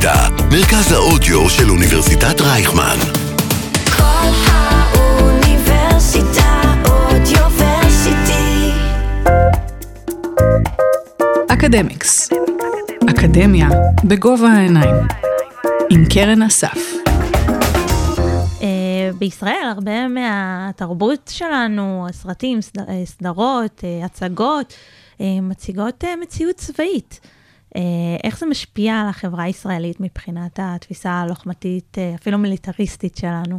האוניברסיטה, מרכז האודיו של אוניברסיטת רייכמן. כל האוניברסיטה אודיוורסיטי. אקדמיקס. אקדמיה בגובה העיניים. עם קרן אסף. בישראל הרבה מהתרבות שלנו, סרטים, סדרות, הצגות, מציגות מציאות צבאית. איך זה משפיע על החברה הישראלית מבחינת התפיסה הלוחמתית, אפילו מיליטריסטית שלנו?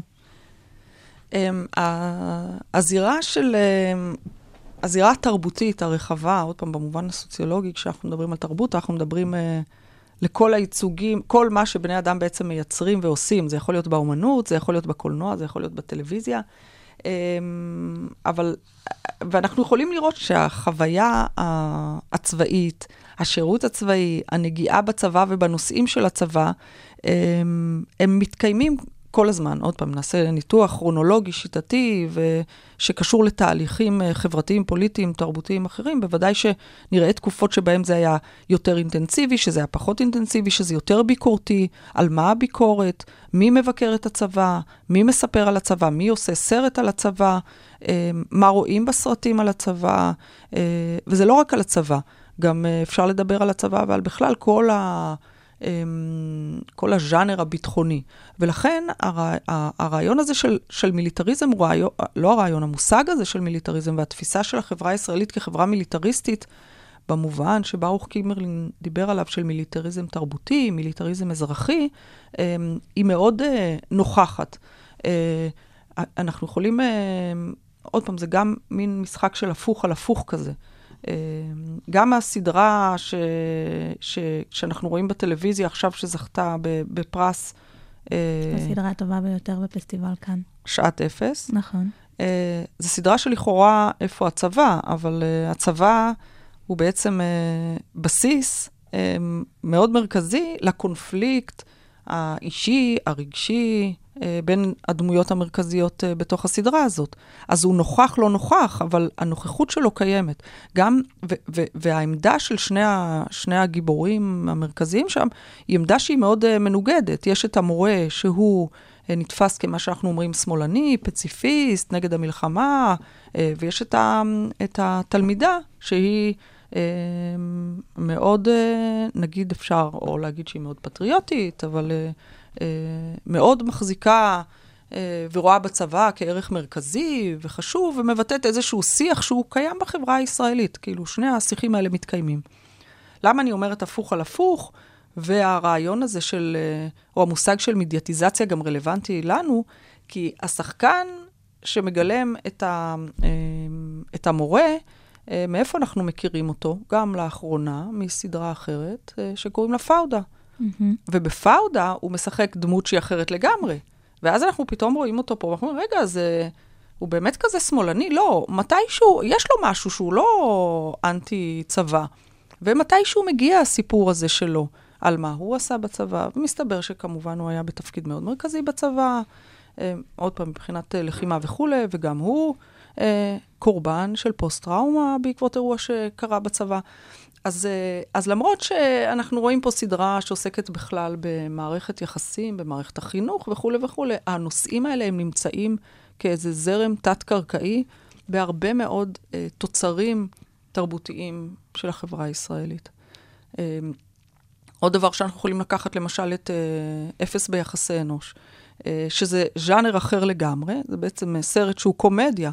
הזירה התרבותית הרחבה, עוד פעם במובן הסוציולוגי, כשאנחנו מדברים על תרבות, אנחנו מדברים לכל הייצוגים, כל מה שבני אדם בעצם מייצרים ועושים. זה יכול להיות באומנות, זה יכול להיות בקולנוע, זה יכול להיות בטלוויזיה. ואנחנו יכולים לראות שהחוויה הצבאית, השירות הצבאי, הנגיעה בצבא ובנושאים של הצבא, הם מתקיימים כל הזמן. עוד פעם, נעשה ניתוח כרונולוגי, שיטתי, שקשור לתהליכים חברתיים, פוליטיים, תרבותיים אחרים. בוודאי שנראה תקופות שבהם זה היה יותר אינטנסיבי, שזה היה פחות אינטנסיבי, שזה יותר ביקורתי, על מה הביקורת, מי מבקר את הצבא, מי מספר על הצבא, מי עושה סרט על הצבא, מה רואים בסרטים על הצבא, וזה לא רק על הצבא, גם אפשר לדבר על הצבא, אבל בכלל כל הז'אנר הביטחוני. ולכן הרעיון הזה של מיליטריזם הוא לא הרעיון, המושג הזה של מיליטריזם והתפיסה של החברה הישראלית כחברה מיליטריסטית, במובן שברוך קימרלין דיבר עליו של מיליטריזם תרבותי, מיליטריזם אזרחי, היא מאוד נוכחת. אנחנו יכולים, עוד פעם, זה גם מין משחק של הפוך על הפוך כזה. גם הסדרה שאנחנו רואים בטלוויזיה עכשיו שזכתה בפרס. הסדרה הטובה ביותר בפסטיבל כאן. שעת אפס. נכון. זו סדרה שלכאורה איפה הצבא, אבל הצבא הוא בעצם בסיס מאוד מרכזי לקונפליקט האישי, הרגשי, בין הדמויות המרכזיות בתוך הסדרה הזאת. אז הוא נוכח, לא נוכח, אבל הנוכחות שלו קיימת. גם, והעמדה של שני הגיבורים המרכזיים שם, היא עמדה שהיא מאוד מנוגדת. יש את המורה שהוא נתפס כמה שאנחנו אומרים שמאלני, פציפיסט, נגד המלחמה, ויש את התלמידה שהיא מאוד, נגיד אפשר, או להגיד שהיא מאוד פטריוטית, אבל מאוד מחזיקה ורואה בצבא כערך מרכזי וחשוב, ומבטאת איזשהו שיח שהוא קיים בחברה הישראלית. כאילו, שני השיחים האלה מתקיימים. למה אני אומרת הפוך על הפוך? והרעיון הזה של, או המושג של מדיאטיזציה גם רלוונטי לנו, כי השחקן שמגלם את המורה, מאיפה אנחנו מכירים אותו? גם לאחרונה, מסדרה אחרת, שקוראים לה פאודה. ובפאודה הוא משחק דמות שהיא אחרת לגמרי. ואז אנחנו פתאום רואים אותו פה, ואנחנו אומרים, רגע, הוא באמת כזה שמאלני? לא, מתישהו, יש לו משהו שהוא לא אנטי צבא. ומתישהו מגיע הסיפור הזה שלו, על מה הוא עשה בצבא, ומסתבר שכמובן הוא היה בתפקיד מאוד מרכזי בצבא, עוד פעם מבחינת לחימה וכו', וגם הוא קורבן של פוסט-טראומה בעקבות אירוע שקרה בצבא. אז למרות שאנחנו רואים פה סדרה שעוסקת בכלל במערכת יחסים, במערכת החינוך וכו' וכו', הנושאים האלה הם נמצאים כאיזה זרם תת-קרקעי, בהרבה מאוד תוצרים תרבותיים של החברה הישראלית. עוד דבר שאנחנו יכולים לקחת, למשל, את אפס ביחסי אנוש, שזה ז'אנר אחר לגמרי, זה בעצם סרט שהוא קומדיה,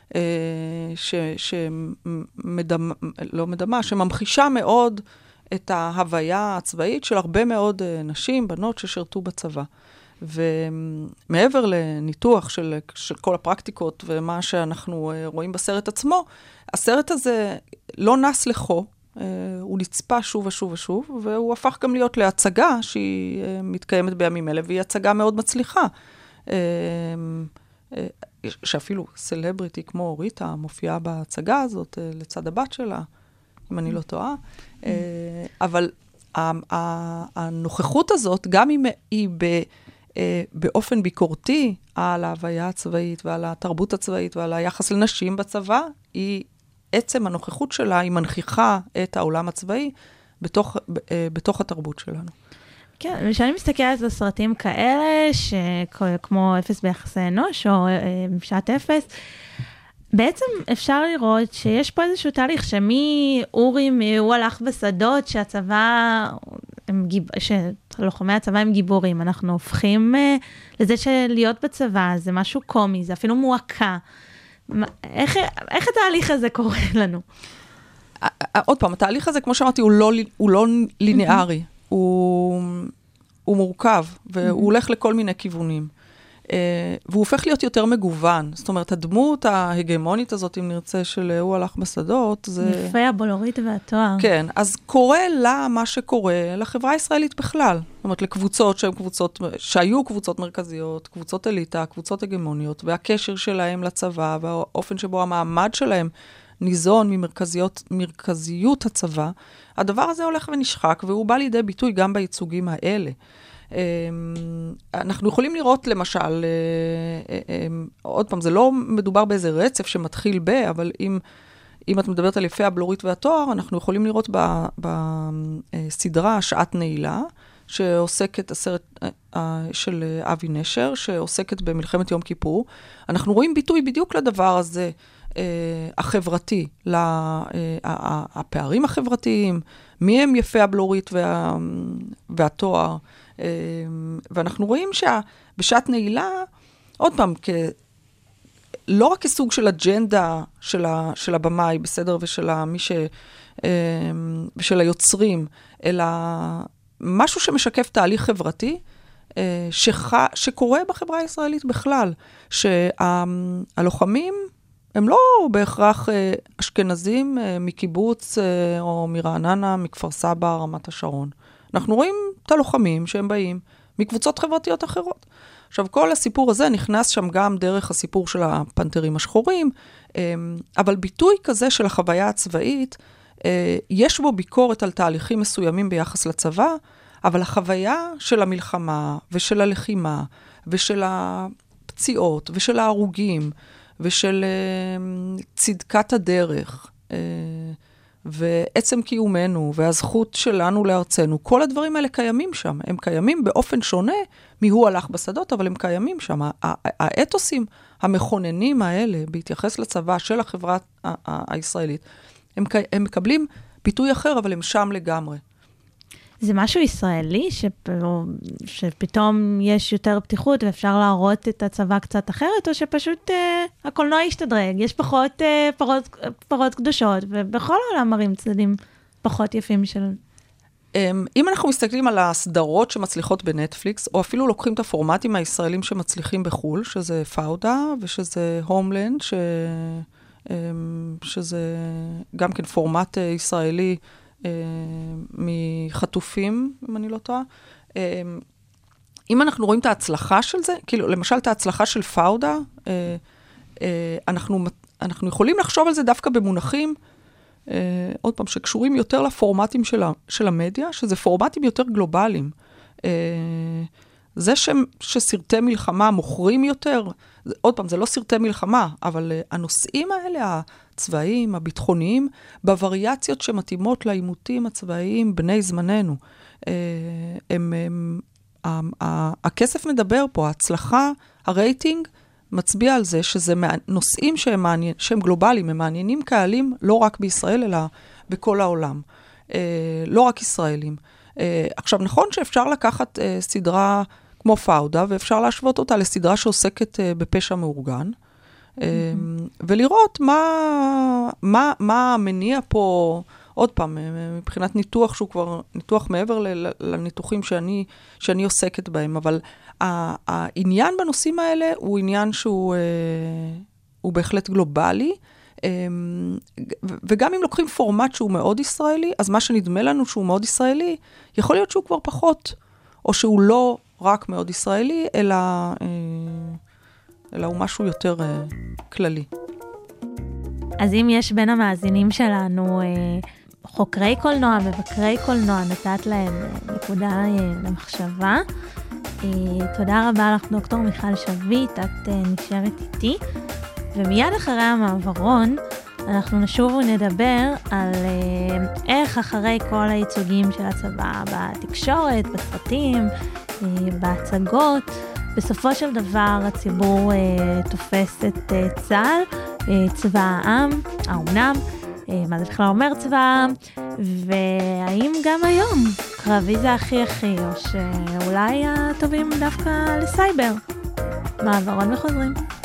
לא מדמה, שממחישה מאוד את ההוויה הצבאית של הרבה מאוד נשים, בנות ששרתו בצבא. ומעבר לניתוח של כל הפרקטיקות ומה שאנחנו רואים בסרט עצמו, הסרט הזה לא נס לחו, הוא נצפה שוב ושוב ושוב, והוא הפך גם להיות להצגה שהיא מתקיימת בימים אלה, והיא הצגה מאוד מצליחה. שאפילו סלבריטי כמו ריטה מופיעה בהצגה הזאת לצד הבת שלה, אם אני לא טועה. אבל הנוכחות הזאת, גם אם היא באופן ביקורתי על ההוויה הצבאית ועל התרבות הצבאית ועל היחס לנשים בצבא, היא עצם הנוכחות שלה, היא מנכיחה את העולם הצבאי בתוך התרבות שלנו. כן, ושאני מסתכלת על סרטים כאלה, כמו אפס ביחסי אנוש, או בשעת אפס, בעצם אפשר לראות שיש פה איזשהו תהליך, שמאורי, הוא הלך בשדות, שלוחמי הצבא הם גיבורים, אנחנו הופכים לזה שלהיות בצבא, זה משהו קומי, זה אפילו מועקה. איך התהליך הזה קורה לנו? עוד פעם, התהליך הזה, כמו שאמרתי, הוא לא ליניארי. הוא מורכב, והוא הולך לכל מיני כיוונים. והוא הופך להיות יותר מגוון. זאת אומרת, הדמות ההגמונית הזאת, אם נרצה, של הוא הלך בשדות, זה... יפה, הבולורית והתואר. כן, אז קורה לה מה שקורה לחברה הישראלית בכלל. זאת אומרת, לקבוצות שהיו קבוצות מרכזיות, קבוצות אליטה, קבוצות הגמוניות, והקשר שלהם לצבא, והאופן שבו המעמד שלהם ניזון ממרכזיות הצבא, הדבר הזה הולך ונשחק, והוא בא לידי ביטוי גם בייצוגים האלה. אנחנו יכולים לראות למשל, עוד פעם, זה לא מדובר באיזה רצף שמתחיל אבל אם את מדברת על יפי הבלורית והתואר, אנחנו יכולים לראות בסדרה שעת נעילה, שעוסקת, הסרט של אבי נשר, שעוסקת במלחמת יום כיפור. אנחנו רואים ביטוי בדיוק לדבר הזה, החברתי, הפערים החברתיים, מי הם יפי הבלורית והתואר, ואנחנו רואים שבשעת נעילה, עוד פעם, לא רק כסוג של אג'נדה של הבמאי, בסדר, ושל היוצרים, אלא משהו שמשקף תהליך חברתי, שקורה בחברה הישראלית בכלל, שהלוחמים הם לא בהכרח אשכנזים מקיבוץ או מרעננה, מכפר סבא, רמת השרון. אנחנו רואים את הלוחמים שהם באים מקבוצות חברתיות אחרות. עכשיו, כל הסיפור הזה נכנס שם גם דרך הסיפור של הפנתרים השחורים, אבל ביטוי כזה של החוויה הצבאית, יש בו ביקורת על תהליכים מסוימים ביחס לצבא, אבל החוויה של המלחמה ושל הלחימה ושל הפציעות ושל ההרוגים ושל צדקת הדרך ועצם קיומנו והזכות שלנו לארצנו, כל הדברים האלה קיימים שם. הם קיימים באופן שונה הוא הלך בשדות, אבל הם קיימים שם. האתוסים המכוננים האלה, בהתייחס לצבא של החברה הישראלית, הם מקבלים ביטוי אחר, אבל הם שם לגמרי. זה משהו ישראלי, שפתאום יש יותר פתיחות, ואפשר להראות את הצבא קצת אחרת, או שפשוט הקולנוע ישתדרג, יש פחות פרות קדושות, ובכל העולם מראים צדדים פחות יפים של... אם אנחנו מסתכלים על הסדרות שמצליחות בנטפליקס, או אפילו לוקחים את הפורמטים הישראלים שמצליחים בחול, שזה פאודה, ושזה הומלנד, שזה גם כן פורמט ישראלי, מחטופים, אם אני לא טועה. אם אנחנו רואים את ההצלחה של זה, כאילו, למשל את ההצלחה של פאודה, אנחנו יכולים לחשוב על זה דווקא במונחים, עוד פעם, שקשורים יותר לפורמטים של המדיה, שזה פורמטים יותר גלובליים. זה שסרטי מלחמה מוכרים יותר, עוד פעם, זה לא סרטי מלחמה, אבל הנושאים האלה, הצבאיים, הביטחוניים, בווריאציות שמתאימות לעימותים הצבאיים בני זמננו. הכסף מדבר פה, ההצלחה, הרייטינג, מצביע על זה שזה נושאים שהם גלובליים, הם מעניינים קהלים לא רק בישראל, אלא בכל העולם. לא רק ישראלים. עכשיו, נכון שאפשר לקחת סדרה כמו פאודה, ואפשר להשוות אותה לסדרה שעוסקת בפשע מאורגן, ולראות מה המניע פה, עוד פעם, מבחינת ניתוח שהוא כבר ניתוח מעבר לניתוחים שאני עוסקת בהם, אבל העניין בנושאים האלה הוא עניין שהוא בהחלט גלובלי, וגם אם לוקחים פורמט שהוא מאוד ישראלי, אז מה שנדמה לנו שהוא מאוד ישראלי, יכול להיות שהוא כבר פחות, או שהוא לא רק מאוד ישראלי, אלא הוא משהו יותר כללי. אז אם יש בין המאזינים שלנו חוקרי קולנוע, מבקרי קולנוע, נתת להם נקודה למחשבה. תודה רבה לך, דוקטור מיכל שביט, את נשארת איתי. ומיד אחרי המעברון, אנחנו נשוב ונדבר על איך אחרי כל הייצוגים של הצבא בתקשורת, בסרטים, בהצגות, בסופו של דבר הציבור תופס את צה"ל, צבא העם, האומנם, מה זה בכלל אומר צבא העם, והאם גם היום קרבי זה הכי, או שאולי הטובים דווקא לסייבר. מעברון וחוזרים.